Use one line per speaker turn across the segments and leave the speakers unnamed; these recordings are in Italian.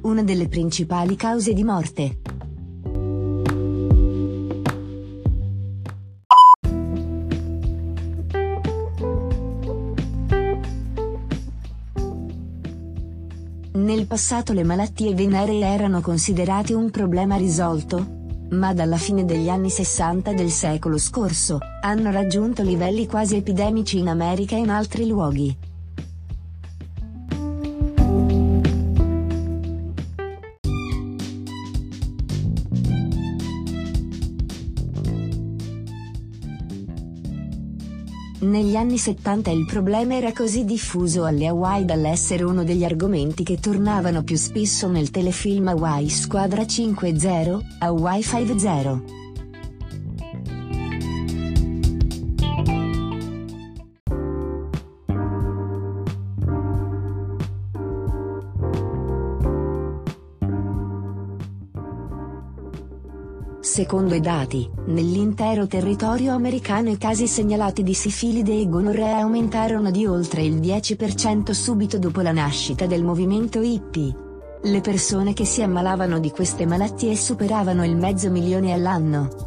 una delle principali cause di morte. Nel passato le malattie veneree erano considerate un problema risolto, ma dalla fine degli anni 60 del secolo scorso, hanno raggiunto livelli quasi epidemici in America e in altri luoghi. Negli anni 70 il problema era così diffuso alle Hawaii dall'essere uno degli argomenti che tornavano più spesso nel telefilm Hawaii Squadra 5-0, Hawaii 5-0. Secondo i dati, nell'intero territorio americano i casi segnalati di sifilide e gonorrea aumentarono di oltre il 10% subito dopo la nascita del movimento hippie. Le persone che si ammalavano di queste malattie superavano il 500.000 all'anno.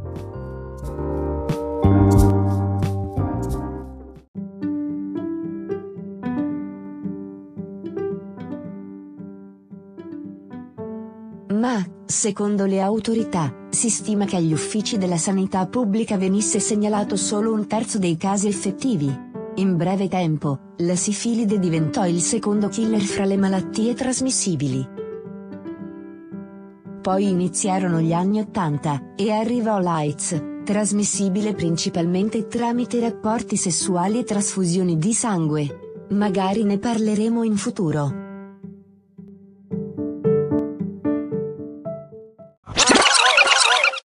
Ma, secondo le autorità, si stima che agli uffici della sanità pubblica venisse segnalato solo un terzo dei casi effettivi. In breve tempo, la sifilide diventò il secondo killer fra le malattie trasmissibili. Poi iniziarono gli anni '80, e arrivò l'AIDS, trasmissibile principalmente tramite rapporti sessuali e trasfusioni di sangue. Magari ne parleremo in futuro.